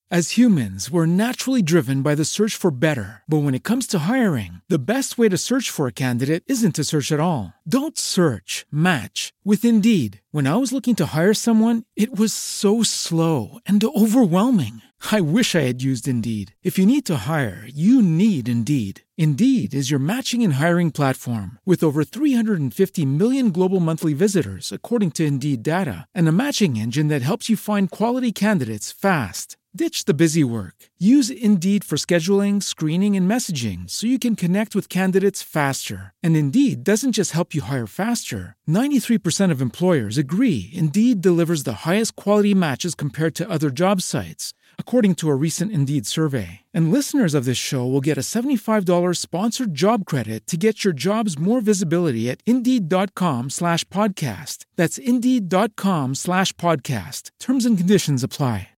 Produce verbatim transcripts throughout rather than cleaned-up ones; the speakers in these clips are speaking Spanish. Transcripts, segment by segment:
As humans, we're naturally driven by the search for better. But when it comes to hiring, the best way to search for a candidate isn't to search at all. Don't search, match with Indeed. When I was looking to hire someone, it was so slow and overwhelming. I wish I had used Indeed. If you need to hire, you need Indeed. Indeed is your matching and hiring platform with over three hundred fifty million global monthly visitors, according to Indeed data, and a matching engine that helps you find quality candidates fast. Ditch the busy work. Use Indeed for scheduling, screening, and messaging so you can connect with candidates faster. And Indeed doesn't just help you hire faster. ninety-three percent of employers agree Indeed delivers the highest quality matches compared to other job sites, according to a recent Indeed survey. And listeners of this show will get a seventy-five dollars sponsored job credit to get your jobs more visibility at Indeed.com slash podcast. That's Indeed.com slash podcast. Terms and conditions apply.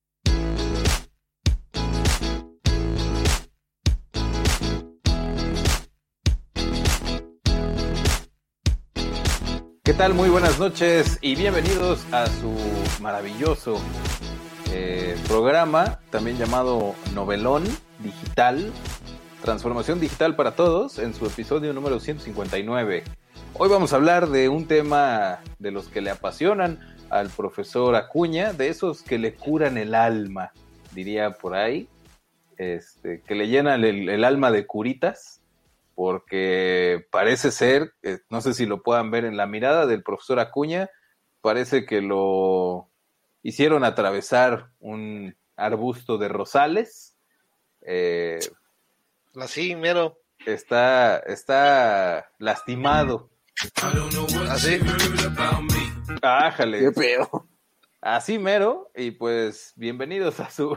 ¿Qué tal? Muy buenas noches y bienvenidos a su maravilloso eh, programa, también llamado Novelón Digital, Transformación Digital para Todos, en su episodio número ciento cincuenta y nueve. Hoy vamos a hablar de un tema de los que le apasionan al profesor Acuña, de esos que le curan el alma, diría por ahí, este, que le llenan el, el alma de curitas. Porque parece ser, eh, no sé si lo puedan ver en la mirada del profesor Acuña, parece que lo hicieron atravesar un arbusto de rosales. Eh, Así, mero. Está, está lastimado. Así. Ájale. Qué pedo. Así mero, y pues bienvenidos a su...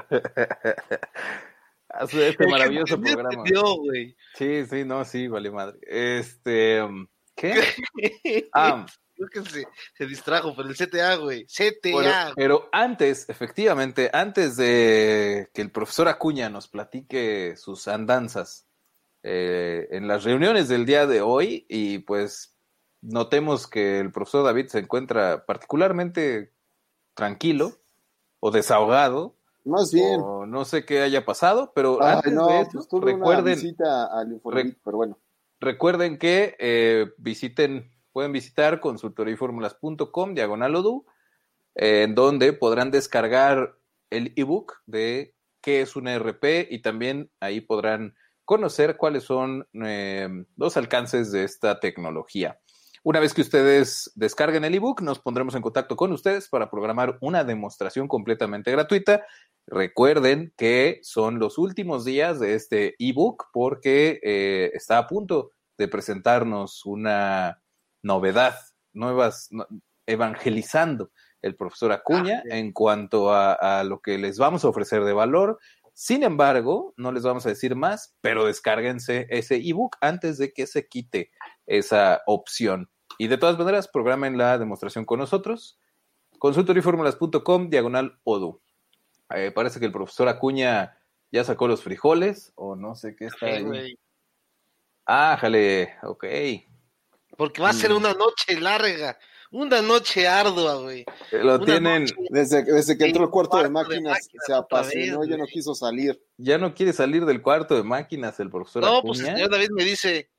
a su este es maravilloso programa. Entendió, güey. Sí, sí, no, sí, vale madre. Este, ¿qué? Ah, creo que se, se distrajo, pero el C T A, güey. C T A. Pero, pero antes, efectivamente, antes de que el profesor Acuña nos platique sus andanzas eh, en las reuniones del día de hoy, y pues notemos que el profesor David se encuentra particularmente tranquilo o desahogado. Más bien. O no sé qué haya pasado, pero Ay, antes no, de eso, pues tuve recuerden, una visita al Infonavit, rec- pero bueno. recuerden que eh, visiten, pueden visitar consultoriyformulas.com, diagonal Odoo, eh, en donde podrán descargar el ebook de qué es un E R P y también ahí podrán conocer cuáles son eh, los alcances de esta tecnología. Una vez que ustedes descarguen el ebook, nos pondremos en contacto con ustedes para programar una demostración completamente gratuita. Recuerden que son los últimos días de este ebook porque eh, está a punto de presentarnos una novedad, nuevas, no, evangelizando el profesor Acuña ah, en cuanto a, a lo que les vamos a ofrecer de valor. Sin embargo, no les vamos a decir más, pero descárguense ese ebook antes de que se quite esa opción. Y de todas maneras, programen la demostración con nosotros. consultoriyformulas.com, diagonal Odoo. Eh, parece que el profesor Acuña ya sacó los frijoles, o no sé qué está ahí. Hey, ah, jale, ok. Porque va a ser una noche larga, una noche ardua, güey. Lo una tienen... Desde, desde que entró el cuarto de máquinas, de máquinas se apasionó, vez, ya no quiso salir. Ya no quiere salir del cuarto de máquinas el profesor no, Acuña. No, pues el señor David me dice...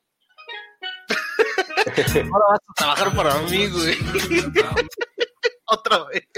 Ahora vas a trabajar para mí, güey. Otra vez.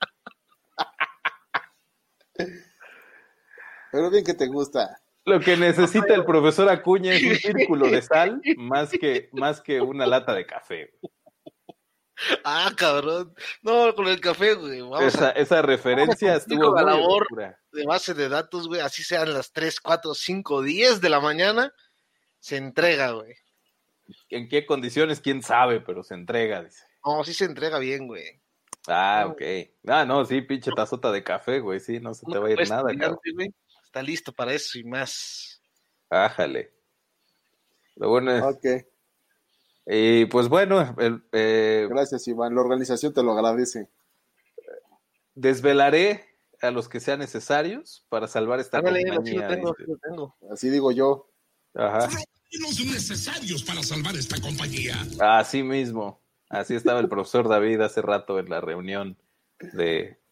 Pero bien que te gusta. Lo que necesita el profesor Acuña es un círculo de sal más que, más que una lata de café. Ah, cabrón. No, con el café, güey. Vamos esa, a, esa referencia estuvo la muy labor oscura. De base de datos, güey. Así sean las tres, cuatro, cinco, diez de la mañana. Se entrega, güey. ¿En qué condiciones? ¿Quién sabe? Pero se entrega, dice. No, sí se entrega bien, güey. Ah, ok. Ah, no, sí, pinche tazota de café, güey. Sí, no se te no va a ir nada, cabrón. Está listo para eso y más. Ájale. Lo bueno es... Ok. Y pues bueno... El, eh... Gracias, Iván. La organización te lo agradece. Desvelaré a los que sean necesarios para salvar esta Ándale, compañía. Lo tengo, lo tengo. Así digo yo. Ajá. Los necesarios para salvar esta compañía. Así mismo. Así estaba el profesor David hace rato en la reunión de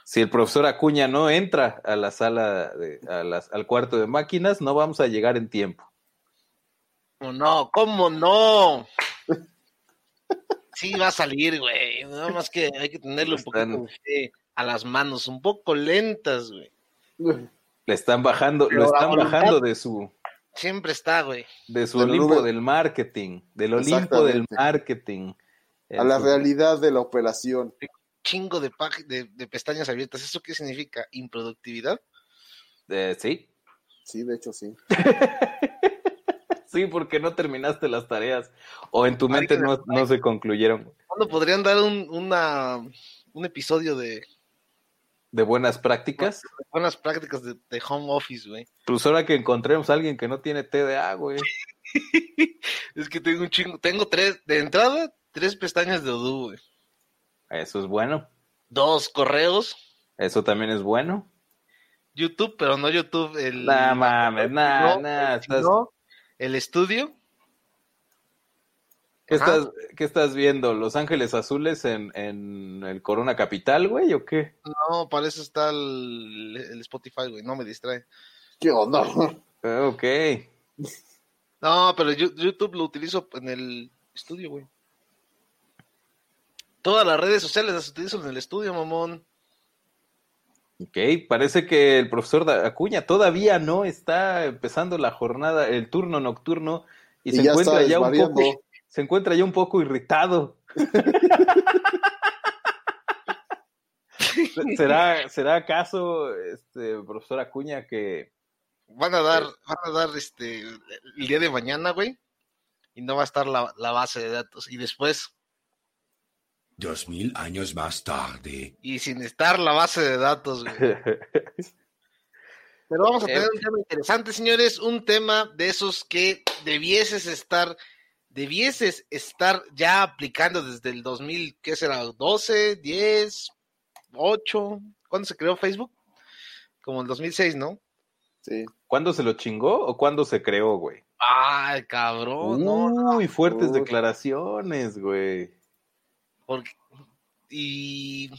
si el profesor Acuña no entra a la sala, de, a las, al cuarto de máquinas, no vamos a llegar en tiempo. ¿Cómo no? ¿Cómo no? Sí va a salir, güey. Nada más que hay que tenerle un Están... poquito de a las manos, un poco lentas, güey. Le están bajando, Pero lo están voluntad... bajando de su... Siempre está, güey. De su de Olimpo nube. Del marketing, del Olimpo del marketing. A la su... realidad de la operación. Chingo de, pag- de, de pestañas abiertas. ¿Eso qué significa? ¿Improductividad? Eh, sí. Sí, de hecho sí. Sí, porque no terminaste las tareas o en tu mente no, no se concluyeron. ¿Cuándo podrían dar un, una, un episodio de... ¿De buenas prácticas? De buenas prácticas de, de home office, güey. Pues ahora que encontremos a alguien que no tiene T D A, güey. Es que tengo un chingo, tengo tres, de entrada, tres pestañas de Odoo, güey. Eso es bueno. Dos correos. Eso también es bueno. YouTube, pero no YouTube el... Nah, mames, nah, no, nah. Estás... No, el estudio. ¿Qué estás, ¿Qué estás viendo? ¿Los Ángeles Azules en, en el Corona Capital, güey, o qué? No, para eso está el, el Spotify, güey, no me distrae. ¿Qué onda? Ok. No, pero yo, YouTube lo utilizo en el estudio, güey. Todas las redes sociales las utilizo en el estudio, mamón. Ok, parece que el profesor Acuña todavía no está empezando la jornada, el turno nocturno, y, y se encuentra ya un poco... Se encuentra ya un poco irritado. ¿Será, ¿Será acaso, este, profesor Acuña, que van a dar, eh, van a dar este el día de mañana, güey, y no va a estar la, la base de datos, y después dos mil años más tarde y sin estar la base de datos, güey. Pero vamos a tener un tema interesante, señores, un tema de esos que debieses estar debieses estar ya aplicando desde el dos mil, ¿qué será? doce, diez, ocho, ¿cuándo se creó Facebook? Como el dos mil seis, ¿no? Sí. ¿Cuándo se lo chingó o cuándo se creó, güey? Ay, cabrón, Uy, no. fuertes Uy. declaraciones, güey. Porque, y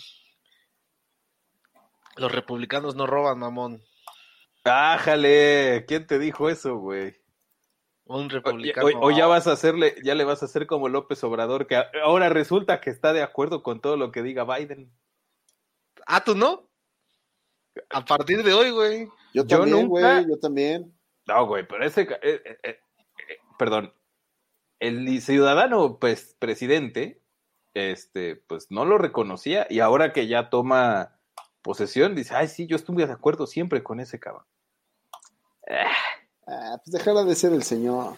los republicanos no roban, mamón. ¡Ájale! ¿Quién te dijo eso, güey? Un republicano. O, o, o ya vas a hacerle, ya le vas a hacer como López Obrador, que ahora resulta que está de acuerdo con todo lo que diga Biden. Ah, ¿tú no? A partir de hoy, güey. Yo también, güey, nunca... yo también. No, güey, pero ese, eh, eh, eh, perdón, el ciudadano, pues, presidente, este, pues, no lo reconocía, y ahora que ya toma posesión, dice, ay, sí, yo estuve de acuerdo siempre con ese cabrón. Ah. Ah, pues dejara de ser el señor.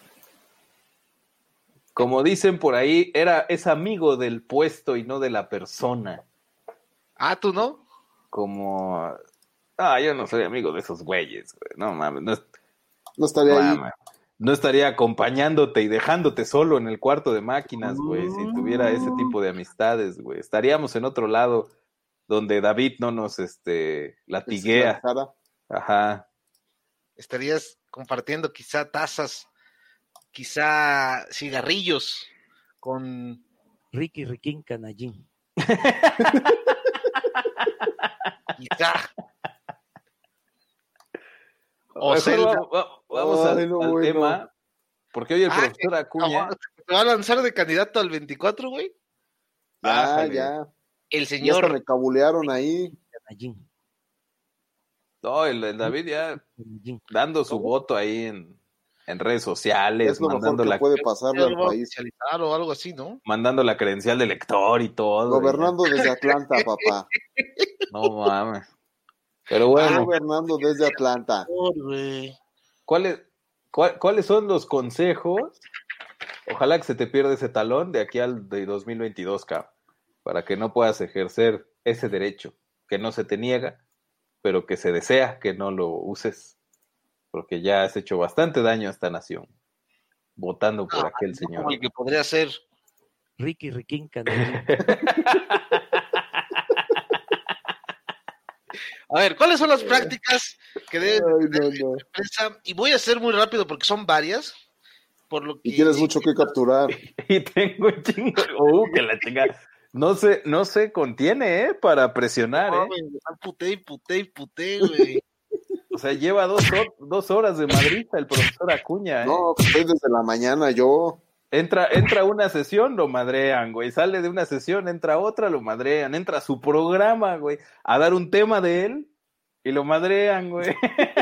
Como dicen por ahí, era, es amigo del puesto y no de la persona. Ah, ¿tú no? Como... Ah, yo no soy amigo de esos güeyes, güey. No mames. No, no estaría no, ahí. No estaría acompañándote y dejándote solo en el cuarto de máquinas, güey, si tuviera ese tipo de amistades, güey. Estaríamos en otro lado donde David no nos, este, latiguea. Ajá. Estarías compartiendo quizá tazas, quizá cigarrillos con Ricky Riquín Canallín. Quizá. O sea, vamos, vamos Ay, al, no, al bueno. tema, porque hoy el ah, profesor Acuña... ¿te va a lanzar de candidato al veinticuatro, güey? Ya, Ájale. ya. El Ya señor... hasta me cabulearon ahí. Canallín. No, el, el David ya dando su voto ahí en, en redes sociales, Es lo mandando mejor que la, puede pasarle al país. o algo así, ¿no? mandando la credencial de lector y todo. Gobernando desde Atlanta, papá. No mames. Pero bueno, Gobernando desde Atlanta. ¿cuáles, cuál, ¿cuáles son los consejos? Ojalá que se te pierda ese talón de aquí al de dos mil veintidós, cabrón, para que no puedas ejercer ese derecho que no se te niega, pero que se desea que no lo uses, porque ya has hecho bastante daño a esta nación, votando por Ah, aquel no señor. como el que podría ser Ricky Riquín Canallín. A ver, ¿cuáles son las prácticas que debe Ay, tener no, no. la empresa? Y voy a ser muy rápido porque son varias. Por lo que Y tienes mucho que capturar. Y tengo un chingo, uh, que la chingada. No se, no se contiene, ¿eh? Para presionar, No, ¿eh? güey, está puté y puté y puté, güey. O sea, lleva dos, hor- dos horas de Madrid el profesor Acuña, ¿eh? No, pues estoy desde la mañana yo. Entra, entra a una sesión, lo madrean, güey. Sale de una sesión, entra a otra, lo madrean. Entra a su programa, güey, a dar un tema de él y lo madrean, güey.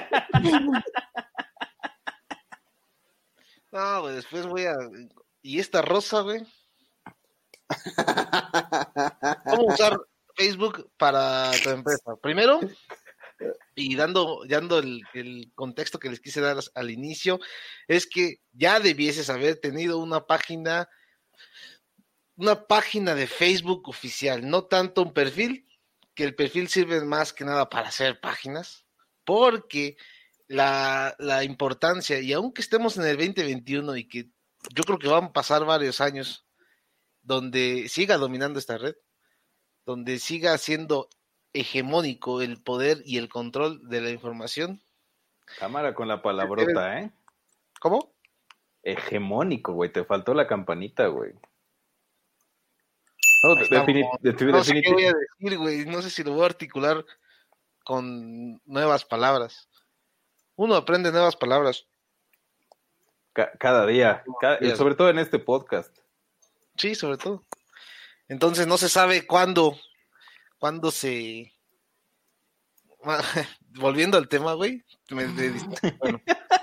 No, güey, después voy a... ¿Y esta rosa, güey? ¿Cómo usar Facebook para tu empresa? Primero, y dando, dando el, el contexto que les quise dar al inicio, es que ya debieses haber tenido una página, una página de Facebook oficial, no tanto un perfil, que el perfil sirve más que nada para hacer páginas, porque la, la importancia, y aunque estemos en el veinte veintiuno y que yo creo que van a pasar varios años donde siga dominando esta red, donde siga siendo hegemónico el poder y el control de la información. Cámara con la palabrota, ¿eh? ¿Cómo? Hegemónico, güey. Te faltó la campanita, güey. No, Ahí defini- estamos. defini- No sé definiti- qué voy a decir, güey. No sé si lo voy a articular con nuevas palabras. Uno aprende nuevas palabras. ca- cada día, cada- Días. sobre todo en este podcast. Sí, sobre todo. Entonces no se sabe cuándo, cuándo se... Volviendo al tema, güey. me- me- bueno.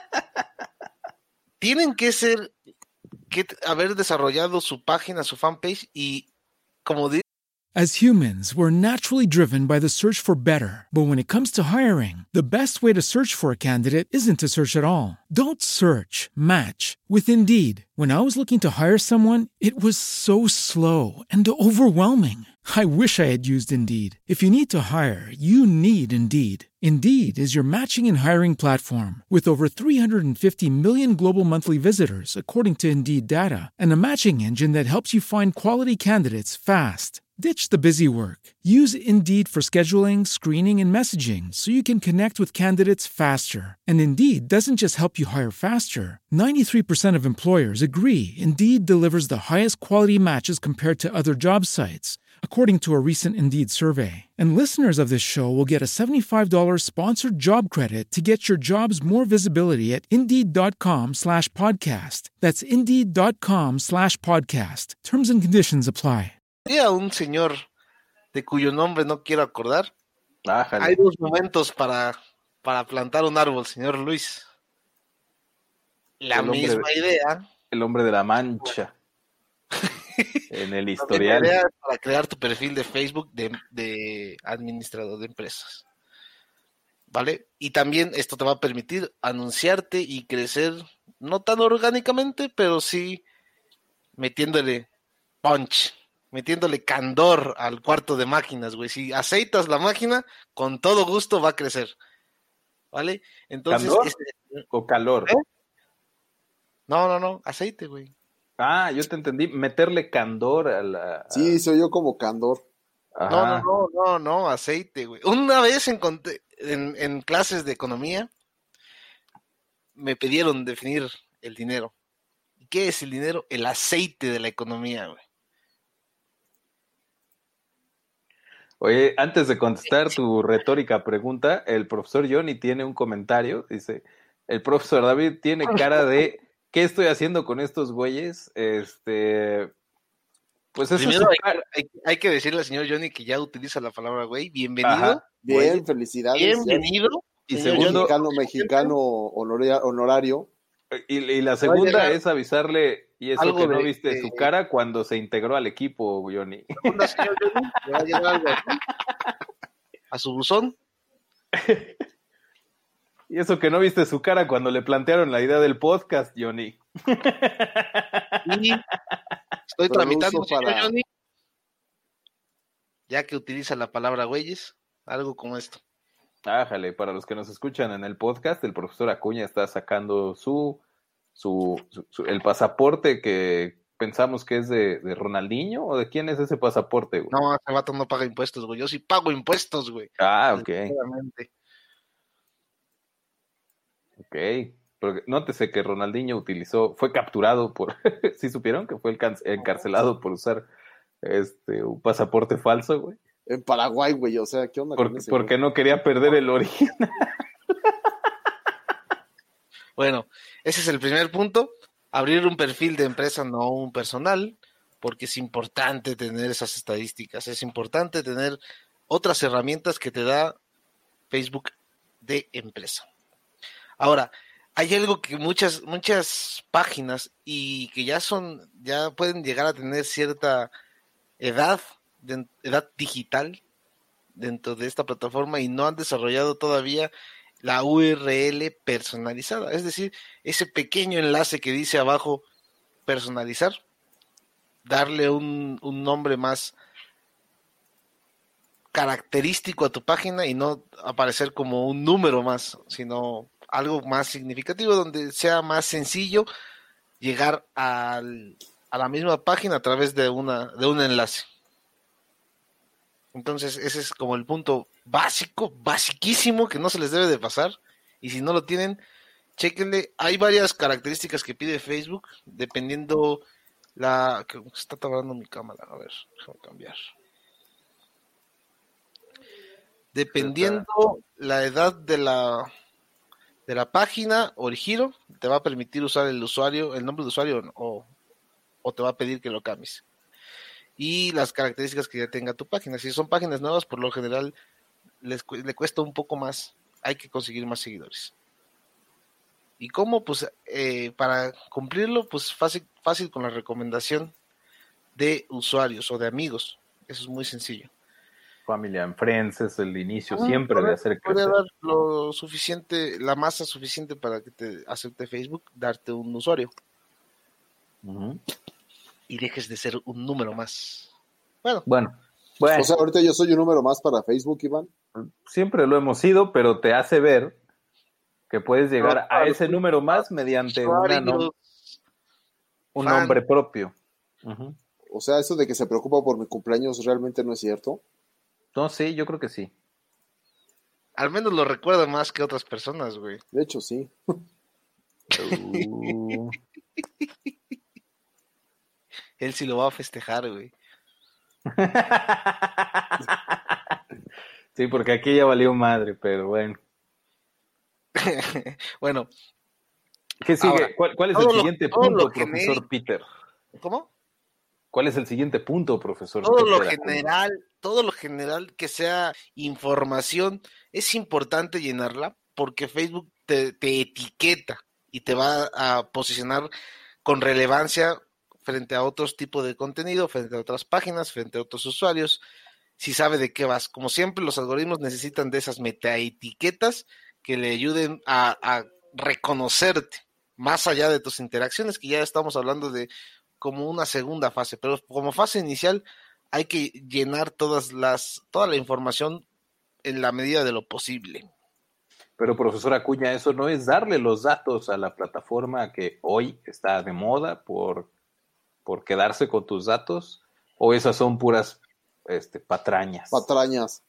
Tienen que ser, que t- haber desarrollado su página, su fanpage y como di- As humans, we're naturally driven by the search for better. But when it comes to hiring, the best way to search for a candidate isn't to search at all. Don't search, match with Indeed. When I was looking to hire someone, it was so slow and overwhelming. I wish I had used Indeed. If you need to hire, you need Indeed. Indeed is your matching and hiring platform with over three hundred fifty million global monthly visitors, according to Indeed data, and a matching engine that helps you find quality candidates fast. Ditch the busy work. Use Indeed for scheduling, screening, and messaging so you can connect with candidates faster. And Indeed doesn't just help you hire faster. ninety-three percent of employers agree Indeed delivers the highest quality matches compared to other job sites, according to a recent Indeed survey. And listeners of this show will get a seventy-five dollars sponsored job credit to get your jobs more visibility at Indeed.com slash podcast. That's Indeed.com slash podcast. Terms and conditions apply. a un señor de cuyo nombre no quiero acordar. Ájale. Hay dos momentos para, para plantar un árbol, señor Luis. La El hombre misma de- idea. El hombre de la mancha. En el La misma historial. idea para crear tu perfil de Facebook de, de administrador de empresas. ¿Vale? Y también esto te va a permitir anunciarte y crecer, no tan orgánicamente, pero sí metiéndole punch, metiéndole candor al cuarto de máquinas, güey. Si aceitas la máquina, con todo gusto va a crecer. ¿Vale? Entonces, ¿Candor? este- O calor. ¿Eh? no, no, no, aceite, güey. Ah, yo te entendí. Meterle candor a la. Sí, soy yo como Candor. Ajá. No, no, no, no, no, aceite, güey. Una vez encontré en, en clases de economía, me pidieron definir el dinero. ¿Y qué es el dinero? El aceite de la economía, güey. Oye, antes de contestar tu retórica pregunta, el profesor Johnny tiene un comentario. Dice: el profesor David tiene cara de ¿qué estoy haciendo con estos güeyes? Este, pues eso Primero es hay, que- hay, hay que decirle al señor Johnny que ya utiliza la palabra güey. Bienvenido. Ajá. Bien, Güey. felicidades. Bienvenido. Y señor segundo- Mexicano, mexicano honoria- honorario. Y, y la Va a segunda llegar es avisarle, y eso algo que no de- viste de- su cara cuando se integró al equipo, Johnny. Johnny, señor Johnny, le va a llegar algo aquí, a su buzón. Y eso que no viste su cara cuando le plantearon la idea del podcast, Johnny. Y estoy Pero tramitando, lo uso señor para- Johnny, ya que utiliza la palabra güeyes, algo como esto. Ájale, para los que nos escuchan en el podcast, el profesor Acuña está sacando su, su, su- su- el pasaporte que pensamos que es de, de Ronaldinho, ¿o de quién es ese pasaporte, güey? No, ese vato no paga impuestos, güey. Yo sí pago impuestos, güey. Ah, ok, Desgraciadamente. ok. Porque nótese que Ronaldinho utilizó, fue capturado por, ¿sí supieron? Que fue el can- encarcelado por usar este, un pasaporte falso, güey. En Paraguay, güey, o sea, ¿qué onda Por, con ese, porque güey? no quería perder el origen. Bueno, ese es el primer punto. Abrir un perfil de empresa, no un personal, porque es importante tener esas estadísticas. Es importante tener otras herramientas que te da Facebook de empresa. Ahora, hay algo que muchas, muchas páginas y que ya son, ya pueden llegar a tener cierta edad, de, edad digital dentro de esta plataforma y no han desarrollado todavía la U R L personalizada, es decir, ese pequeño enlace que dice abajo personalizar, darle un, un nombre más característico a tu página y no aparecer como un número más, sino algo más significativo donde sea más sencillo llegar al, a la misma página a través de una de un enlace. Entonces ese es como el punto básico, basiquísimo que no se les debe de pasar, y si no lo tienen, chéquenle. Hay varias características que pide Facebook dependiendo la que está trabajando mi cámara, a ver, déjame cambiar. Dependiendo la edad de la de la página o el giro, te va a permitir usar el usuario, el nombre de usuario o, o te va a pedir que lo cambies. Y las características que ya tenga tu página. Si son páginas nuevas, por lo general les le cuesta un poco más. Hay que conseguir más seguidores. ¿Y cómo? Pues eh, para cumplirlo, pues fácil, fácil con la recomendación de usuarios o de amigos. Eso es muy sencillo. Family and Friends es el inicio Ah, siempre puede, de hacer puede crecer. dar lo suficiente, la masa suficiente para que te acepte Facebook, darte un usuario. Uh-huh. Y dejes de ser un número más. Bueno, Bueno, bueno. O sea, ahorita yo soy un número más para Facebook, Iván. Siempre lo hemos sido, pero te hace ver que puedes llegar Pero, a ese número más mediante una nom- un fan. nombre propio. Uh-huh. O sea, eso de que se preocupa por mi cumpleaños realmente no es cierto. No, sí, yo creo que sí. Al menos lo recuerda más que otras personas, güey. De hecho, sí. Uh... Él sí lo va a festejar, güey. Sí, porque aquí ya valió madre, pero bueno. Bueno. ¿Qué sigue? Ahora, ¿Cuál, cuál es el lo, siguiente punto, profesor genérico... Peter? ¿Cómo? ¿Cuál es el siguiente punto, profesor Todo Peter? lo general, todo lo general que sea información, es importante llenarla porque Facebook te, te etiqueta y te va a posicionar con relevancia frente a otros tipos de contenido, frente a otras páginas, frente a otros usuarios, si sabe de qué vas. Como siempre, los algoritmos necesitan de esas metaetiquetas que le ayuden a, a reconocerte más allá de tus interacciones, que ya estamos hablando de como una segunda fase, pero como fase inicial hay que llenar todas las, toda la información en la medida de lo posible. Pero, profesor Acuña, eso no es darle los datos a la plataforma que hoy está de moda por, por quedarse con tus datos, o esas son puras este, patrañas. Patrañas.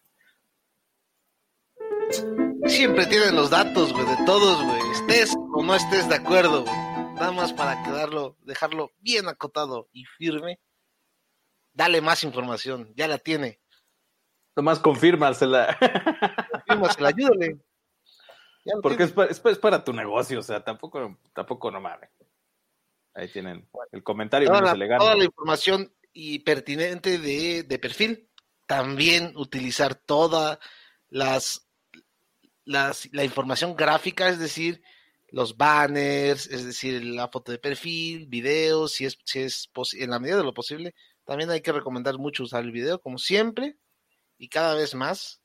Siempre tienen los datos, güey, de todos, güey, estés o no estés de acuerdo, güey. Nada más para quedarlo, dejarlo bien acotado y firme. Dale más información, ya la tiene. Nomás confírmasela. Confírmasela, ayúdale. Porque es para, es, para, es para tu negocio, o sea, tampoco, tampoco no mames. Ahí tienen el comentario. Toda, no la, se le gana. toda la información y pertinente de, de perfil. También utilizar toda las, las, la información gráfica, es decir, los banners, es decir, la foto de perfil, videos, si es, si es en la medida de lo posible. También hay que recomendar mucho usar el video, como siempre, y cada vez más,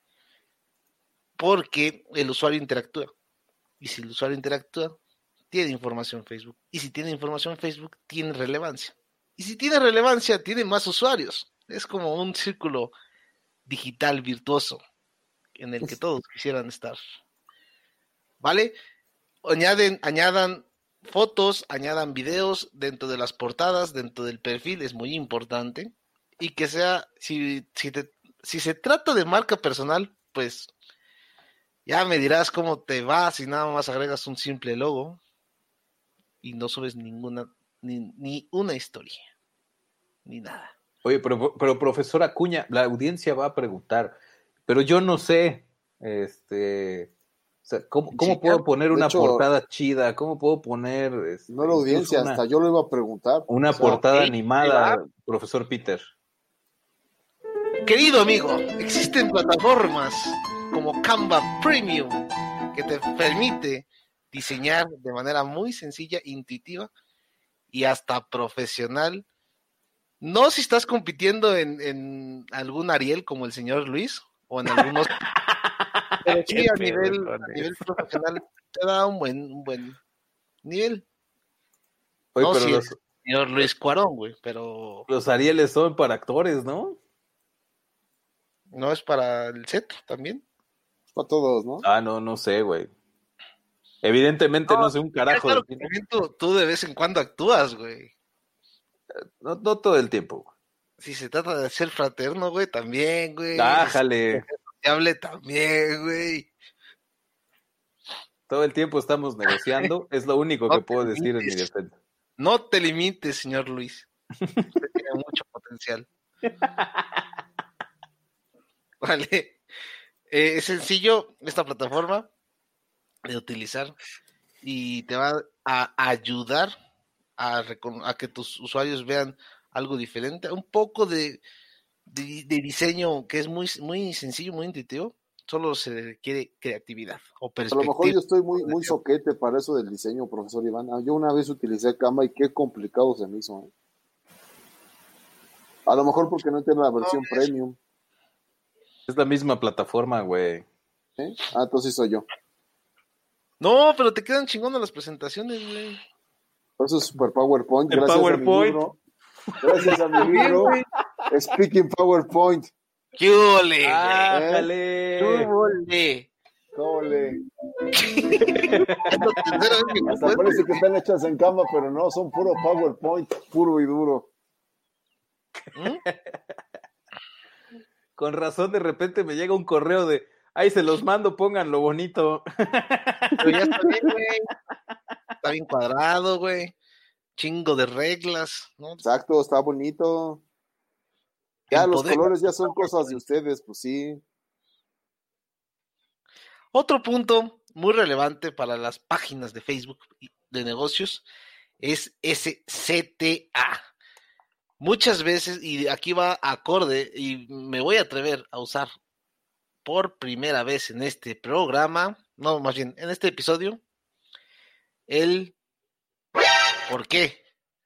porque el usuario interactúa. Y si el usuario interactúa, tiene información Facebook. Y si tiene información Facebook, tiene relevancia. Y si tiene relevancia, tiene más usuarios. Es como un círculo digital virtuoso en el que todos quisieran estar. ¿Vale? Añaden, añadan fotos, añadan videos dentro de las portadas, dentro del perfil, es muy importante. Y que sea, si, si, te, si se trata de marca personal, pues ya me dirás cómo te va si nada más agregas un simple logo y no subes ninguna, ni, ni una historia, ni nada. Oye, pero, pero profesor Acuña, la audiencia va a preguntar, pero yo no sé, este, o sea, ¿cómo, cómo Sí, puedo poner de una hecho, portada chida? ¿Cómo puedo poner este, No la audiencia, una, hasta yo lo iba a preguntar. una O sea, portada ok, animada, profesor Peter? Querido amigo, existen plataformas como Canva Premium que te permite diseñar de manera muy sencilla, intuitiva y hasta profesional. No si estás compitiendo en, en algún Ariel como el señor Luis o en algunos, pero sí Qué a pedo nivel, con a nivel eso. profesional te da un buen, un buen nivel. Oye, No pero si los, es el señor Luis Cuarón, güey, pero los Arieles son para actores, ¿no? no es para el set también. para todos, ¿no? Ah, no, no sé, güey. Evidentemente no, sé un carajo Claro de que cine. también tú, tú de vez en cuando actúas, güey. No, no todo el tiempo, güey. Si se trata de ser fraterno, güey, también, güey. Ah, Si se jale. hable también, güey. Todo el tiempo estamos negociando, es lo único No que te puedo decir en mi limites. defensa. No te limites, señor Luis. Usted tiene mucho potencial. Vale. Eh, es sencillo esta plataforma de utilizar y te va a ayudar a, recon- a que tus usuarios vean algo diferente, un poco de, de, de diseño que es muy, muy sencillo, muy intuitivo. Solo se requiere creatividad o A lo perspectiva. mejor yo estoy muy, muy soquete para eso del diseño, profesor Iván. Ah, Yo una vez utilicé Canva y qué complicado se me hizo. ¿eh? A lo mejor porque no tiene la versión No, es- premium. Es la misma plataforma, güey. ¿eh? Ah, entonces sí soy yo. No, pero te quedan chingonas las presentaciones, güey. Eso es super PowerPoint. El Gracias PowerPoint. a mi libro. Gracias a mi libro. Speaking PowerPoint. ¡Qué ole, güey! ¡Ah, ¿eh? jale! ¡Qué ole! Cóbole. Es la tercera vez que Hasta ocupo parece esto. que están hechas en Canva, pero no, son puro PowerPoint, puro y duro. ¿Mm? Con razón, de repente me llega un correo de, ahí se los mando, pónganlo bonito. Pero ya está bien, güey. Está bien cuadrado, güey. Chingo de reglas, ¿no? Exacto, está bonito. Ya El los poder. colores ya son cosas de ustedes, pues sí. Otro punto muy relevante para las páginas de Facebook de negocios es S C T A. Muchas veces, y aquí va acorde, y me voy a atrever a usar por primera vez en este programa, no, más bien, en este episodio, el ¿por qué?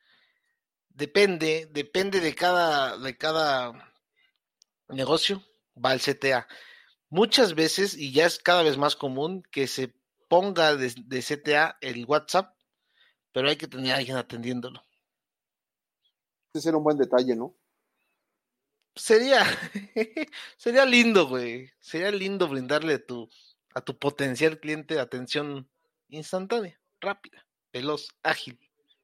Depende, depende de cada, de cada negocio, va el C T A. Muchas veces, y ya es cada vez más común, que se ponga de, de C T A el WhatsApp, pero hay que tener a alguien atendiéndolo. Ese será un buen detalle, ¿no? Sería, sería lindo, güey. Sería lindo brindarle a tu, a tu potencial cliente atención instantánea, rápida, veloz, ágil.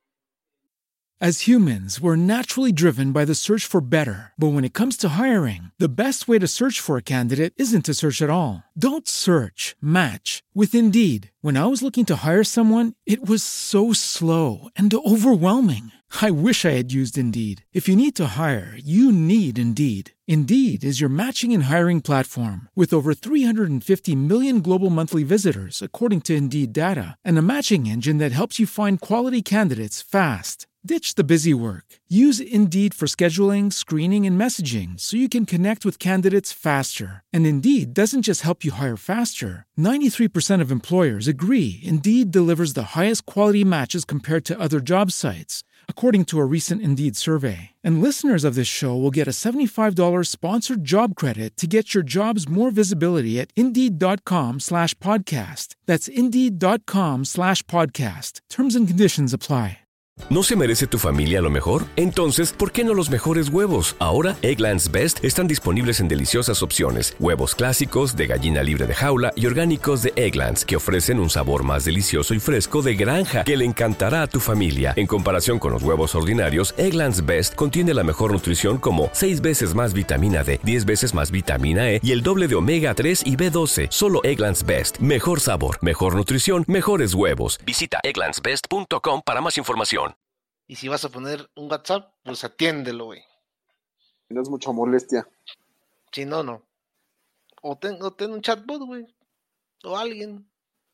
As humans, we're naturally driven by the search for better. But when it comes to hiring, the best way to search for a candidate isn't to search at all. Don't search, match with Indeed. When I was looking to hire someone, it was so slow and overwhelming. I wish I had used Indeed. If you need to hire, you need Indeed. Indeed is your matching and hiring platform with over three hundred fifty million global monthly visitors, according to Indeed data, and a matching engine that helps you find quality candidates fast. Ditch the busy work. Use Indeed for scheduling, screening, and messaging so you can connect with candidates faster. And Indeed doesn't just help you hire faster. ninety-three percent of employers agree Indeed delivers the highest quality matches compared to other job sites, according to a recent Indeed survey. And listeners of this show will get a seventy-five dollars sponsored job credit to get your jobs more visibility at Indeed.com slash podcast. That's Indeed.com slash podcast. Terms and conditions apply. ¿No se merece tu familia lo mejor? Entonces, ¿por qué no los mejores huevos? Ahora, Eggland's Best están disponibles en deliciosas opciones. Huevos clásicos, de gallina libre de jaula y orgánicos de Eggland's, que ofrecen un sabor más delicioso y fresco de granja que le encantará a tu familia. En comparación con los huevos ordinarios, Eggland's Best contiene la mejor nutrición como seis veces más vitamina D, diez veces más vitamina E y el doble de omega tres y B doce. Solo Eggland's Best. Mejor sabor, mejor nutrición, mejores huevos. Visita egglands best punto com para más información. Y si vas a poner un WhatsApp, pues atiéndelo, güey. No es mucha molestia. Si no, no. O ten, o ten un chatbot, güey. O alguien.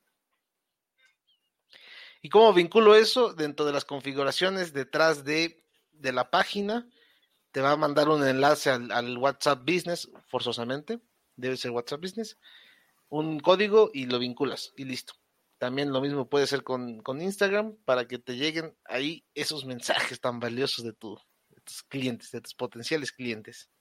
¿Y cómo vinculo eso? Dentro de las configuraciones detrás de, de la página, te va a mandar un enlace al, al WhatsApp Business, forzosamente. Debe ser WhatsApp Business. Un código y lo vinculas y listo. También lo mismo puede ser con, con Instagram para que te lleguen ahí esos mensajes tan valiosos de, tu, de tus clientes, de tus potenciales clientes.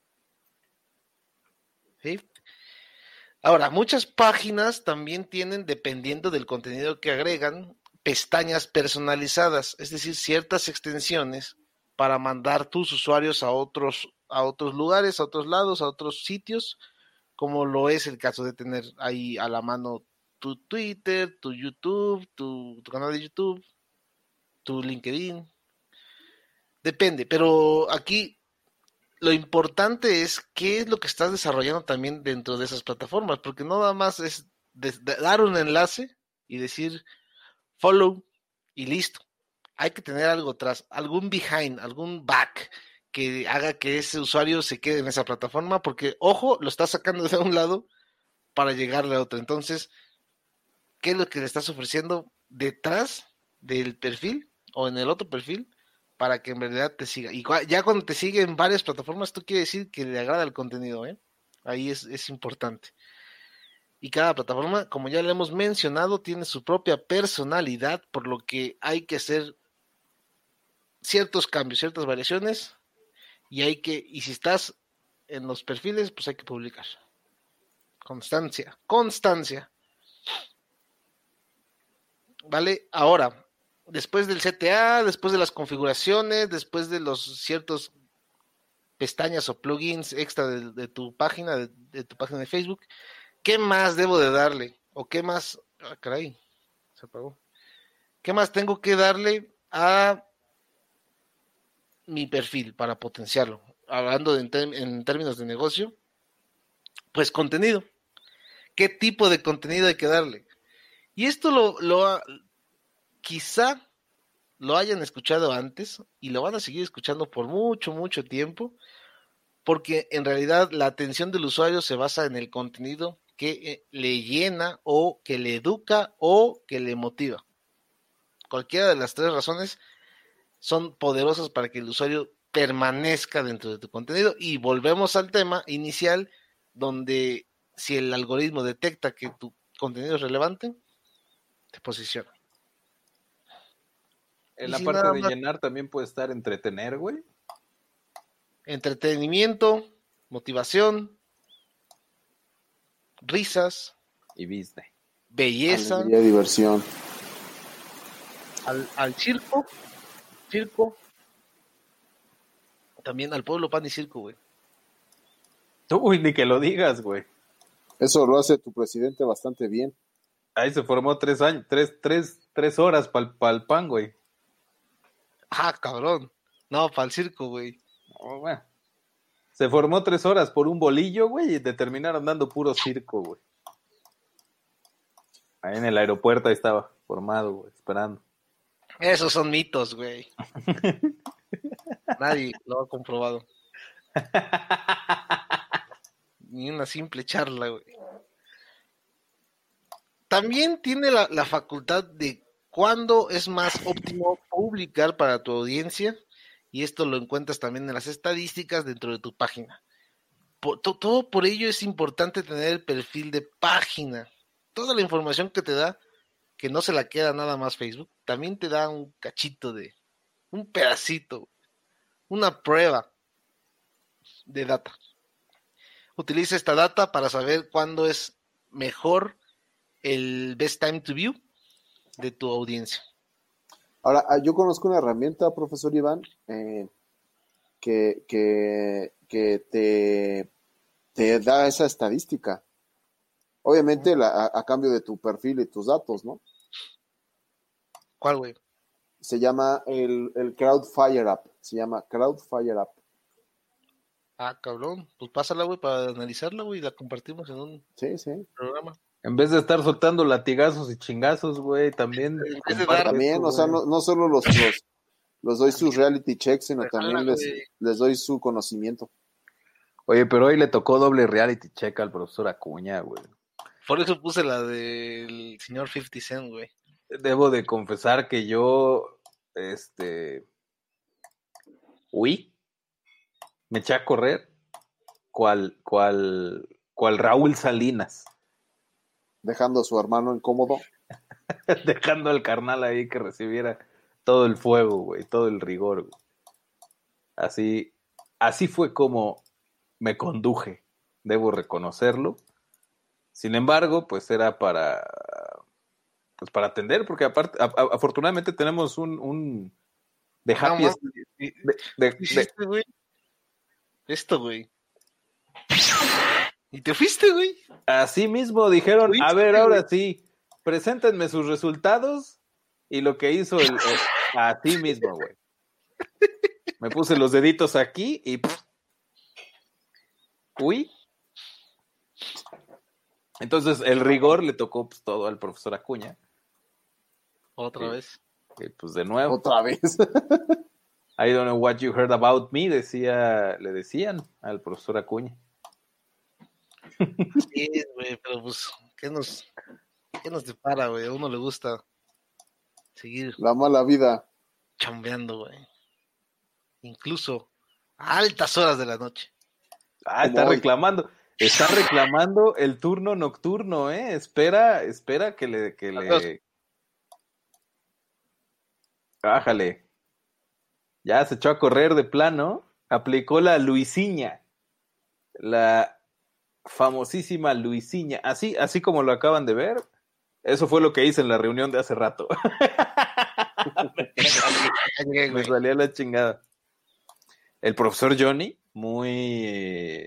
¿Sí? Ahora, muchas páginas también tienen, dependiendo del contenido que agregan, pestañas personalizadas, es decir, ciertas extensiones para mandar tus usuarios a otros, a otros lugares, a otros lados, a otros sitios, como lo es el caso de tener ahí a la mano tu Twitter, tu YouTube, tu, tu canal de YouTube, tu LinkedIn. Depende, pero aquí lo importante es qué es lo que estás desarrollando también dentro de esas plataformas, porque no nada más es de, de dar un enlace y decir follow y listo. Hay que tener algo atrás, algún behind, algún back que haga que ese usuario se quede en esa plataforma, porque, ojo, lo estás sacando de un lado para llegarle a otro. Entonces, ¿qué es lo que le estás ofreciendo detrás del perfil o en el otro perfil para que en realidad te siga? Y ya cuando te sigue en varias plataformas, esto quiere decir que le agrada el contenido, ¿eh? Ahí es, es importante. Y cada plataforma, como ya le hemos mencionado, tiene su propia personalidad, por lo que hay que hacer ciertos cambios, ciertas variaciones, y hay que, y si estás en los perfiles, pues hay que publicar. Constancia, constancia. ¿Vale? Ahora, después del C T A, después de las configuraciones, después de los ciertos pestañas o plugins extra de, de tu página, de, de tu página de Facebook, ¿qué más debo de darle? ¿O qué más? Ah, caray, se apagó. ¿Qué más tengo que darle a mi perfil para potenciarlo? Hablando de, en, ter- en términos de negocio, pues contenido. ¿Qué tipo de contenido hay que darle? Y esto lo, lo quizá lo hayan escuchado antes y lo van a seguir escuchando por mucho, mucho tiempo, porque en realidad la atención del usuario se basa en el contenido que le llena o que le educa o que le motiva. Cualquiera de las tres razones son poderosas para que el usuario permanezca dentro de tu contenido. Y volvemos al tema inicial, donde si el algoritmo detecta que tu contenido es relevante, te posiciona. En Y la si parte nada de más- llenar también puede estar entretener, güey. Entretenimiento, motivación, risas, Y business. belleza, Alegría, diversión. al, al circo, circo, también al pueblo pan y circo, güey. Uy, ni que lo digas, güey. Eso lo hace tu presidente bastante bien. Ahí se formó tres años, tres, tres, tres horas para el pan, güey. Ah, cabrón. No, para el circo, güey. Oh, bueno. Se formó tres horas por un bolillo, güey, y te terminaron dando puro circo, güey. Ahí en el aeropuerto ahí estaba formado, güey, esperando. Esos son mitos, güey. Nadie lo ha comprobado. Ni una simple charla, güey. También tiene la, la facultad de cuándo es más óptimo publicar para tu audiencia, y esto lo encuentras también en las estadísticas dentro de tu página. Por, to, todo por ello es importante tener el perfil de página. Toda la información que te da, que no se la queda nada más Facebook, también te da un cachito de, un pedacito, una prueba de data. Utiliza esta data para saber cuándo es mejor el best time to view de tu audiencia. Ahora, yo conozco una herramienta, profesor Iván, eh, que, que, que te, te da esa estadística. Obviamente la, a, a cambio de tu perfil y tus datos, ¿no? ¿Cuál, güey? Se llama el, el Crowdfire App. Se llama Crowdfire App. Ah, cabrón. Pues pásala, güey, para analizarla, güey, y la compartimos en un Sí, sí. programa. En vez de estar soltando latigazos y chingazos, güey, también... En vez de comparte dar- También, esto, o sea, güey. no, no solo los, los, los doy sus reality checks, sino Ajá, también les, güey. les doy su conocimiento. Oye, pero hoy le tocó doble reality check al profesor Acuña, güey. Por eso puse la del señor cincuenta Cent, güey. Debo de confesar que yo, este, huí, me eché a correr, cual, cual, cual Raúl Salinas, Dejando a su hermano incómodo. dejando al carnal ahí que recibiera todo el fuego, güey, todo el rigor, güey. Así, así fue como me conduje, debo reconocerlo. Sin embargo, pues era para, pues para atender, porque aparte, a, a, afortunadamente tenemos un, un de happy, No, est- de, de, ¿Qué hiciste, de, güey? Esto, güey. ¿Y te fuiste, güey? así mismo dijeron, ¿Fuiste, a ver, güey? ahora sí, preséntenme sus resultados, y lo que hizo el, el así mismo, güey. Me puse los deditos aquí y pff, uy. Entonces el rigor le tocó pues, todo al profesor Acuña. Otra Sí. vez. Y pues de nuevo, Otra vez. I don't know what you heard about me, decía, le decían al profesor Acuña. Sí, güey, pero pues, ¿qué nos, qué nos depara, güey? A uno le gusta seguir La mala vida. chambeando, güey. Incluso a altas horas de la noche. Ah, Como está hoy. reclamando, está reclamando el turno nocturno, eh. Espera, espera que le, que le. Bájale. Ya se echó a correr de plano. Aplicó la Luisiña. La famosísima Luisiña. Así, así como lo acaban de ver. Eso fue lo que hice en la reunión de hace rato. Ya llegué, Me güey. salía la chingada. El profesor Johnny, muy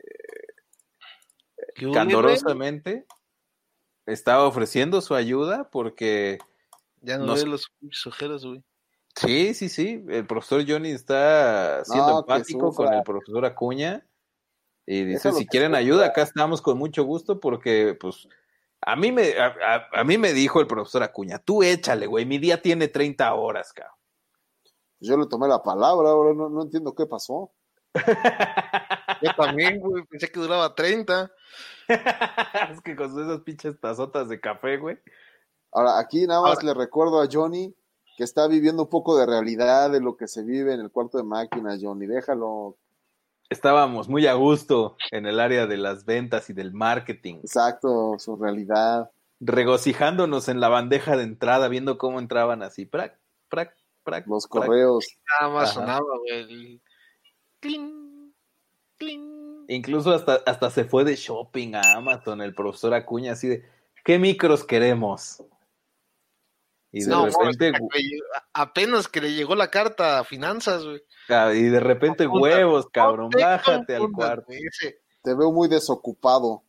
¿Qué hubo, güey? candorosamente, estaba ofreciendo su ayuda porque Ya no nos- veo los pinches ojeros, güey. sí, sí, sí, el profesor Johnny está siendo No, que empático sufra. con el profesor Acuña y dice, Déjalo si que quieren sufra. ayuda, acá estamos con mucho gusto porque, pues, a mí me, a, a- a mí me dijo el profesor Acuña, tú échale, güey, mi día tiene treinta horas, cabrón. Yo le tomé la palabra, ahora no, no entiendo qué pasó. Yo también, güey. Pensé que duraba treinta. Es que con esas pinches tazotas de café, güey. Ahora, aquí nada más Ahora- le recuerdo a Johnny que está viviendo un poco de realidad de lo que se vive en el cuarto de máquinas, Johnny. Déjalo. Estábamos muy a gusto en el área de las ventas y del marketing, Exacto, su realidad. regocijándonos en la bandeja de entrada, viendo cómo entraban así, prac, prac, prac, Los prac. correos. Nada más Ajá. sonaba, güey. el cling, cling. Incluso hasta, hasta se fue de shopping a Amazon el profesor Acuña, así de, ¿qué micros queremos? Y de No, repente, mames, güey, apenas que le llegó la carta a finanzas, güey. ah, y de repente Confundas, huevos, cabrón, no te bájate al confundas, cuarto. güey, ese- Te veo muy desocupado.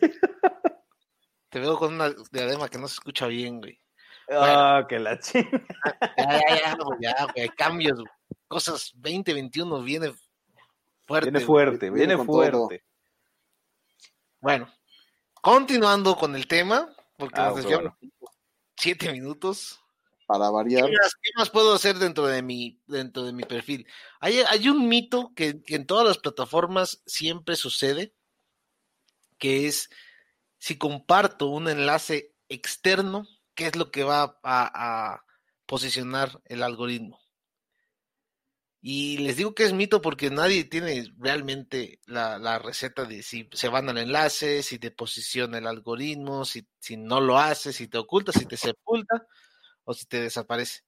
Te veo con una diadema que no se escucha bien, güey. Ah, que la chingada. Ya, ya, ya, güey, ya, güey, hay cambios, güey. Cosas veinte veintiuno viene fuerte. Viene güey. fuerte, Viene viene con fuerte. Bueno, continuando con el tema, porque Ah, nos qué desviamos siete minutos. Para ¿Qué variar. más, qué más puedo hacer dentro de mi, dentro de mi perfil? Hay, hay un mito que, que en todas las plataformas siempre sucede, que es si comparto un enlace externo, ¿qué es lo que va a, a posicionar el algoritmo? Y les digo que es mito porque nadie tiene realmente la, la receta de si se van al enlace, si te posiciona el algoritmo, si, si no lo hace, si te oculta, si te sepulta o si te desaparece.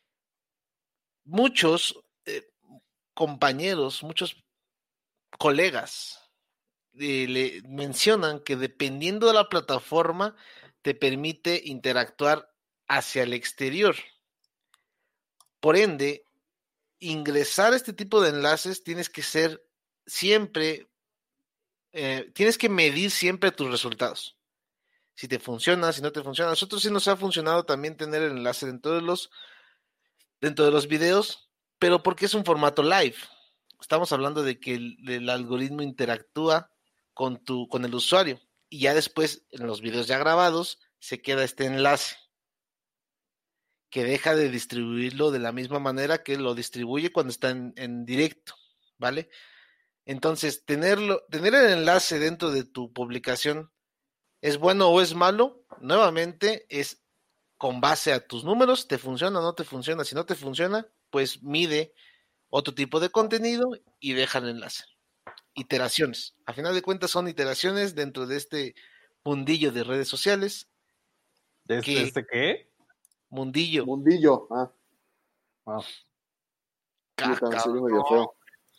Muchos eh, compañeros, muchos colegas eh, le mencionan que dependiendo de la plataforma te permite interactuar hacia el exterior. Por ende, ingresar a este tipo de enlaces tienes que ser siempre, eh, tienes que medir siempre tus resultados. Si te funciona, si no te funciona. A nosotros sí nos ha funcionado también tener el enlace dentro de los, dentro de los videos, pero porque es un formato live. Estamos hablando de que el, el algoritmo interactúa con, tu, con el usuario y ya después en los videos ya grabados se queda este enlace que deja de distribuirlo de la misma manera que lo distribuye cuando está en, en directo, ¿vale? Entonces, tenerlo, tener el enlace dentro de tu publicación, ¿es bueno o es malo? Nuevamente, es con base a tus números, ¿te funciona o no te funciona? Si no te funciona, pues mide otro tipo de contenido y deja el enlace. Iteraciones. A final de cuentas son iteraciones dentro de este mundillo de redes sociales. ¿De este, que, este qué? Mundillo. Mundillo, ah. Ah. Yo también soy medio feo.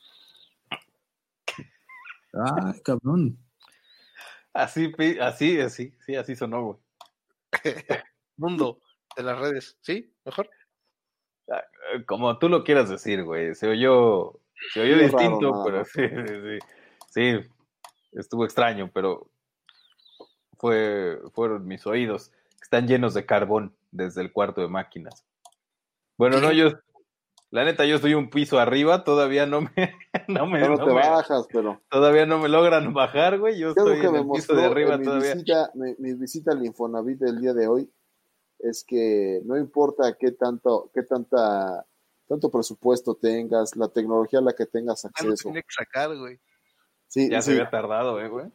Ah, cabrón. Así, pi- así, así, sí, así sonó, güey. Mundo de las redes, ¿sí? ¿Mejor? Eh, Como tú lo quieras decir, güey. Se oyó, se oyó Muy distinto, raro, pero nada sí, sí, sí. Sí, estuvo extraño, pero fue, fueron mis oídos. Están llenos de carbón desde el cuarto de máquinas. Bueno, no, yo, la neta, yo estoy un piso arriba, todavía no me, no me, No, no no te me- bajas, pero todavía no me logran bajar, güey. Yo algo estoy que en me el piso mostró de arriba en mi todavía. visita, mi, mi visita al Infonavit del día de hoy es que no importa qué tanto, qué tanta, tanto presupuesto tengas, la tecnología a la que tengas Ya lo acceso. tenía que sacar, güey. Sí, Ya se sí, había tardado, eh, güey.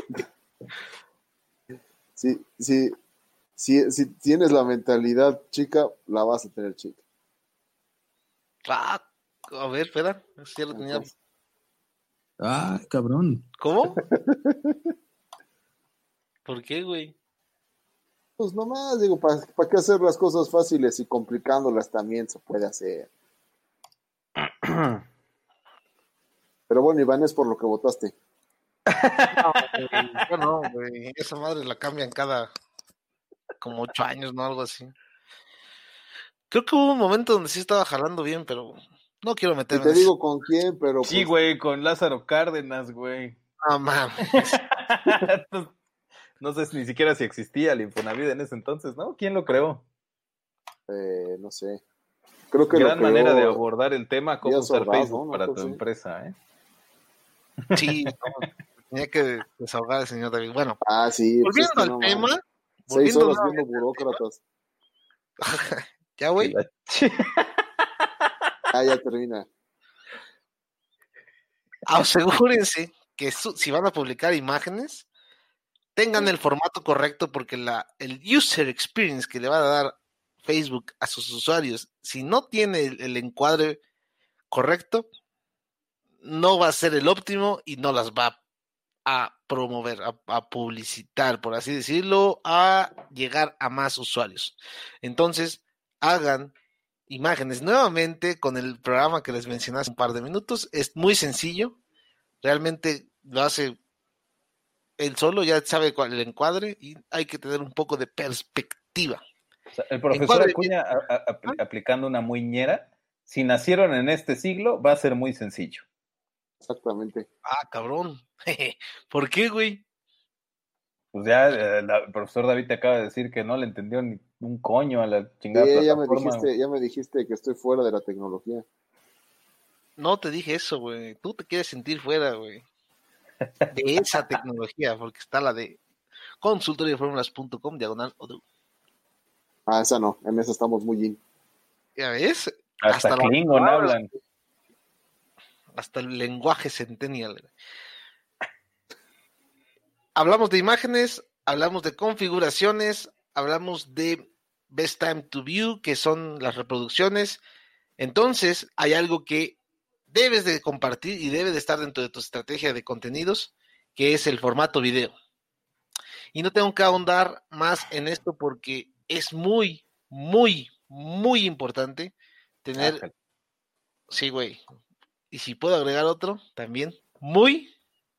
sí, sí, sí, si tienes la mentalidad chica, la vas a tener chica. Ah, a ver, espera. Sí, ya lo tenía. Entonces, Ah, cabrón. ¿Cómo? ¿Por qué, güey? pues nomás digo, ¿para, para qué hacer las cosas fáciles y complicándolas también se puede hacer? Pero bueno, Iván, es por lo que votaste. No, güey. Yo no, güey. Esa madre la cambian cada como ocho años, ¿no? Algo así. Creo que hubo un momento donde sí estaba jalando bien, pero no quiero Y meterme te en digo con quién, pero Sí, pues, güey, con Lázaro Cárdenas, güey. eso. No, mames. No sé ni siquiera si existía el Infonavit en ese entonces, ¿no? ¿Quién lo creó? eh, no sé. Creo que Gran lo creó manera de abordar el tema, cómo Díaz usar Ordaz, Facebook ¿no? Una para tu cosa así. empresa, ¿eh? Sí, no, tenía que desahogar el señor David. Bueno, Ah, sí, pues es volviendo que al no tema, mames. Seis volviendo horas nuevamente viendo burócratas. ya, güey. Que la- Ah, ya termina. Asegúrense que su- si van a publicar imágenes, tengan el formato correcto porque la, el user experience que le va a dar Facebook a sus usuarios, si no tiene el, el encuadre correcto, no va a ser el óptimo y no las va a promover, a, a publicitar, por así decirlo, a llegar a más usuarios. Entonces, hagan imágenes nuevamente con el programa que les mencioné hace un par de minutos. Es muy sencillo. Realmente lo hace él solo, ya sabe cuál el encuadre y hay que tener un poco de perspectiva. O sea, el profesor Encuadre Acuña a- a- apl- aplicando una muñera, si nacieron en este siglo, va a ser muy sencillo. Exactamente. Ah, cabrón. ¿Por qué, güey? Pues ya eh, la- el profesor David te acaba de decir que no le entendió ni un coño a la chingada Sí, ya me plataforma. dijiste, ya me dijiste que estoy fuera de la tecnología. No te dije eso, güey. Tú te quieres sentir fuera, güey. De esa tecnología, porque está la de consultorioformulas punto com, diagonal Odoo. Ah, esa no, en esa estamos muy in. ¿Ya ves? Hasta, Hasta la- Klingon hablan. Hasta el lenguaje centennial. Hablamos de imágenes, hablamos de configuraciones, hablamos de Best Time to View, que son las reproducciones. Entonces, hay algo que debes de compartir y debe de estar dentro de tu estrategia de contenidos, que es el formato video. Y no tengo que ahondar más en esto porque es muy, muy, muy importante tener... Ájale. Sí, güey. Y si puedo agregar otro, también. Muy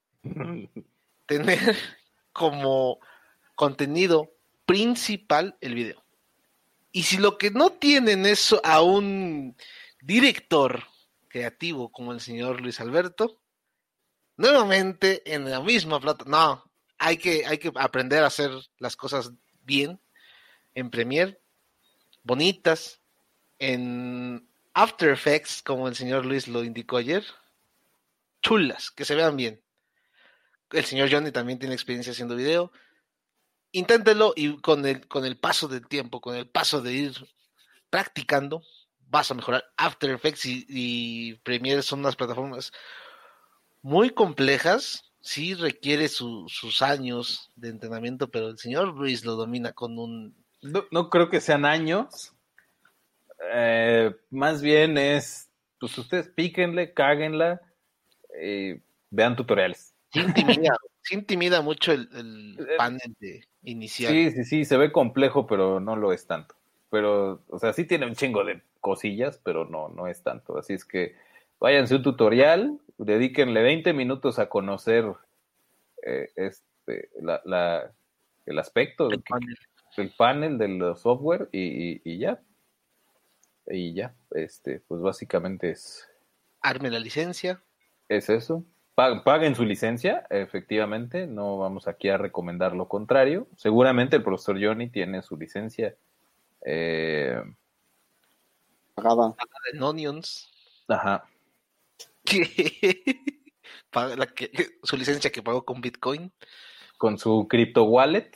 tener como contenido principal el video. Y si lo que no tienen es a un director creativo como el señor Luis Alberto, nuevamente en la misma plata, no, hay que, hay que aprender a hacer las cosas bien en Premiere, bonitas, en After Effects, como el señor Luis lo indicó ayer, chulas, que se vean bien. El señor Johnny también tiene experiencia haciendo video. Inténtelo y con el, con el paso del tiempo, con el paso de ir practicando, vas a mejorar. After Effects y, y Premiere son unas plataformas muy complejas, sí requiere su, sus años de entrenamiento, pero el señor Luis lo domina con un... No, no creo que sean años. Eh, más bien es, pues ustedes píquenle, cáguenla, eh, vean tutoriales. Sí intimida, sí intimida mucho el, el panel de inicial. Sí, sí, sí, se ve complejo, pero no lo es tanto. Pero, o sea, sí tiene un chingo de cosillas, pero no, no es tanto. Así es que váyanse a un tutorial, dedíquenle veinte minutos a conocer eh, este, la, la, el aspecto, El el panel. el panel del software y, y, y ya. Y ya, este, pues básicamente es, Arme la licencia. es eso. Pa- Paguen su licencia, efectivamente, no vamos aquí a recomendar lo contrario. Seguramente el profesor Johnny tiene su licencia eh, Pagada. En Onions. ajá, Que paga la que, su licencia que pagó con Bitcoin. con su crypto wallet.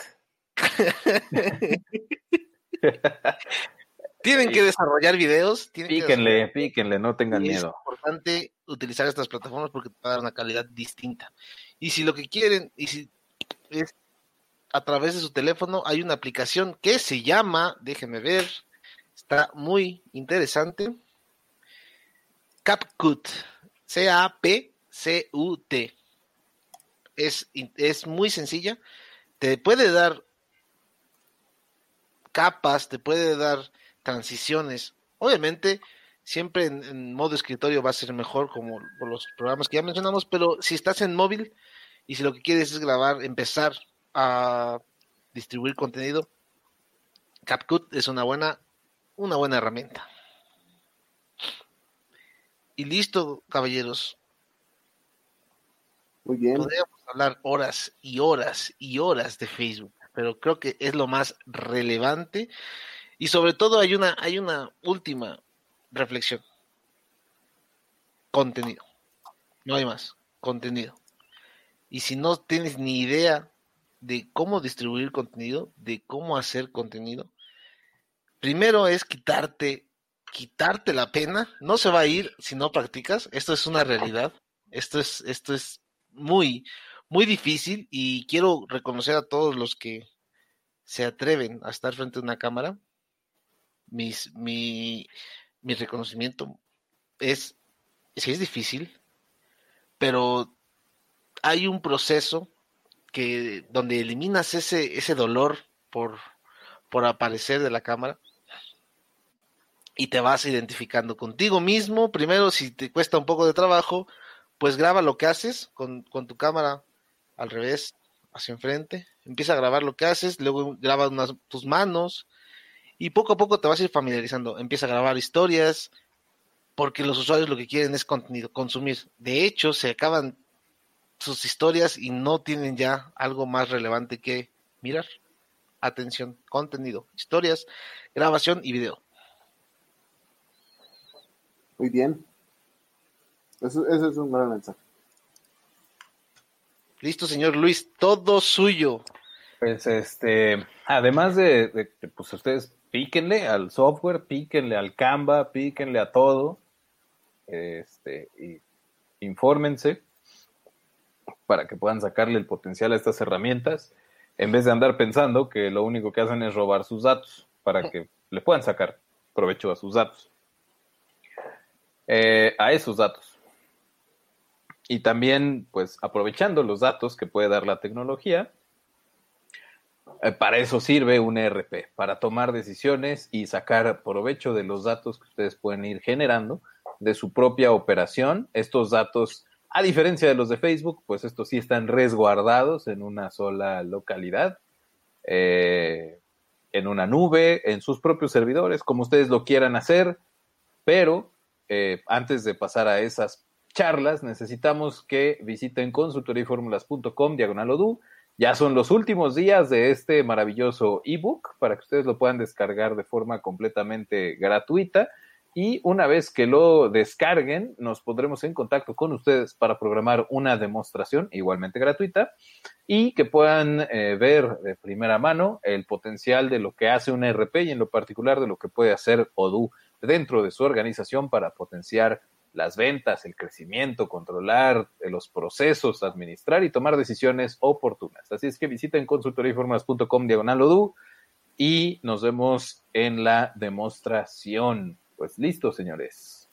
Tienen que desarrollar videos. Tienen que Píquenle, desarrollar- píquenle, no tengan y es miedo. importante utilizar estas plataformas porque te va a dar una calidad distinta. Y si lo que quieren, y si es a través de su teléfono, hay una aplicación que se llama, déjenme ver, está muy interesante, CapCut, C A P C U T. Es, es muy sencilla, te puede dar capas, te puede dar transiciones. Obviamente, siempre en, en modo escritorio va a ser mejor como por los programas que ya mencionamos, pero si estás en móvil y si lo que quieres es grabar, empezar a distribuir contenido, CapCut es una buena, una buena herramienta. Y listo, caballeros. Muy bien. Podríamos hablar horas y horas y horas de Facebook, pero creo que es lo más relevante. Y sobre todo hay una, hay una última reflexión. Contenido. No hay más. Contenido. Y si no tienes ni idea de cómo distribuir contenido, de cómo hacer contenido, primero es quitarte, quitarte la pena. No se va a ir si no practicas. Esto es una realidad. Esto es, esto es muy, muy difícil y quiero reconocer a todos los que se atreven a estar frente a una cámara. Mis, mi, mi reconocimiento es, sí es difícil, pero hay un proceso que donde eliminas ese, ese dolor por, por aparecer de la cámara y te vas identificando contigo mismo. Primero, si te cuesta un poco de trabajo, pues graba lo que haces con, con tu cámara al revés, hacia enfrente. Empieza a grabar lo que haces, luego graba unas, tus manos y poco a poco te vas a ir familiarizando. Empieza a grabar historias, porque los usuarios lo que quieren es contenido, consumir. De hecho, se acaban sus historias y no tienen ya algo más relevante que mirar. Atención, contenido, historias, grabación y video. Muy bien. Eso, eso es un gran mensaje. Listo, señor Luis, todo suyo. Pues este, además de, de que pues ustedes píquenle al software, píquenle al Canva, píquenle a todo, este, y infórmense para que puedan sacarle el potencial a estas herramientas, en vez de andar pensando que lo único que hacen es robar sus datos, para que le puedan sacar provecho a sus datos, eh, a esos datos. Y también, pues, aprovechando los datos que puede dar la tecnología, eh, para eso sirve un E R P, para tomar decisiones y sacar provecho de los datos que ustedes pueden ir generando de su propia operación. Estos datos, a diferencia de los de Facebook, pues estos sí están resguardados en una sola localidad, eh, en una nube, en sus propios servidores, como ustedes lo quieran hacer, pero eh, antes de pasar a esas charlas, necesitamos que visiten consultoriaformulas punto com diagonal Odoo. Ya son los últimos días de este maravilloso ebook para que ustedes lo puedan descargar de forma completamente gratuita. Y una vez que lo descarguen, nos pondremos en contacto con ustedes para programar una demostración igualmente gratuita y que puedan eh, ver de primera mano el potencial de lo que hace un E R P y en lo particular de lo que puede hacer Odoo dentro de su organización para potenciar las ventas, el crecimiento, controlar los procesos, administrar y tomar decisiones oportunas. Así es que visiten consultoriainformas.com diagonal Odoo y nos vemos en la demostración. Pues listo, señores.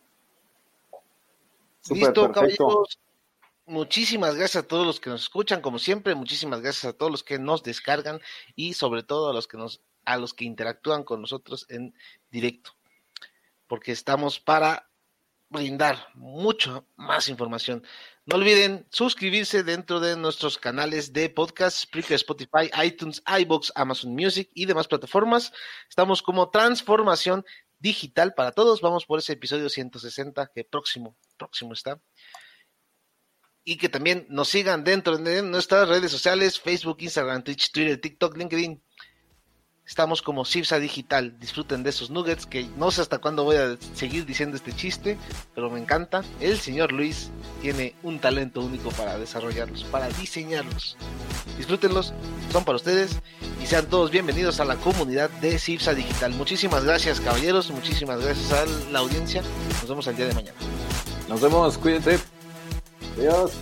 Súper, Listo, perfecto. caballeros. Muchísimas gracias a todos los que nos escuchan, como siempre. Muchísimas gracias a todos los que nos descargan y sobre todo a los que nos, a los que interactúan con nosotros en directo, porque estamos para brindar mucho más información. No olviden suscribirse dentro de nuestros canales de podcast, Spreaker, Spotify, iTunes, iVoox, Amazon Music y demás plataformas. Estamos como Transformación Digital para Todos. Vamos por ese episodio ciento sesenta que próximo, próximo está. Y que también nos sigan dentro de nuestras redes sociales, Facebook, Instagram, Twitch, Twitter, TikTok, LinkedIn. Estamos como Cipsa Digital. Disfruten de esos nuggets que no sé hasta cuándo voy a seguir diciendo este chiste, pero me encanta. El señor Luis tiene un talento único para desarrollarlos, para diseñarlos. Disfrútenlos, son para ustedes y sean todos bienvenidos a la comunidad de Cipsa Digital. Muchísimas gracias, caballeros, muchísimas gracias a la audiencia. Nos vemos el día de mañana. Nos vemos, cuídense. Adiós.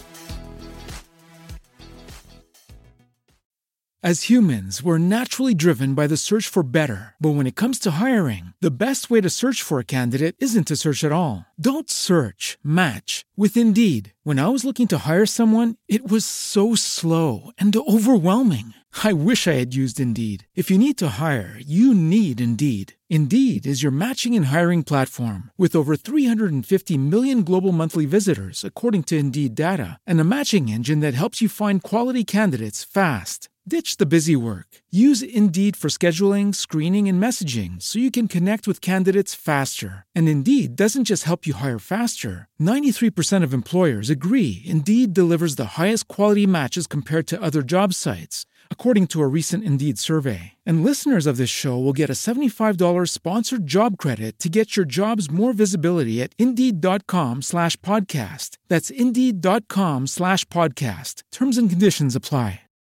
As humans, we're naturally driven by the search for better. But when it comes to hiring, the best way to search for a candidate isn't to search at all. Don't search, match with Indeed. When I was looking to hire someone, it was so slow and overwhelming. I wish I had used Indeed. If you need to hire, you need Indeed. Indeed is your matching and hiring platform with over three hundred fifty million global monthly visitors, according to Indeed data, and a matching engine that helps you find quality candidates fast. Ditch the busy work. Use Indeed for scheduling, screening, and messaging so you can connect with candidates faster. And Indeed doesn't just help you hire faster. ninety-three percent of employers agree Indeed delivers the highest quality matches compared to other job sites, according to a recent Indeed survey. And listeners of this show will get a seventy-five dollars sponsored job credit to get your jobs more visibility at Indeed.com slash podcast. That's Indeed.com slash podcast. Terms and conditions apply.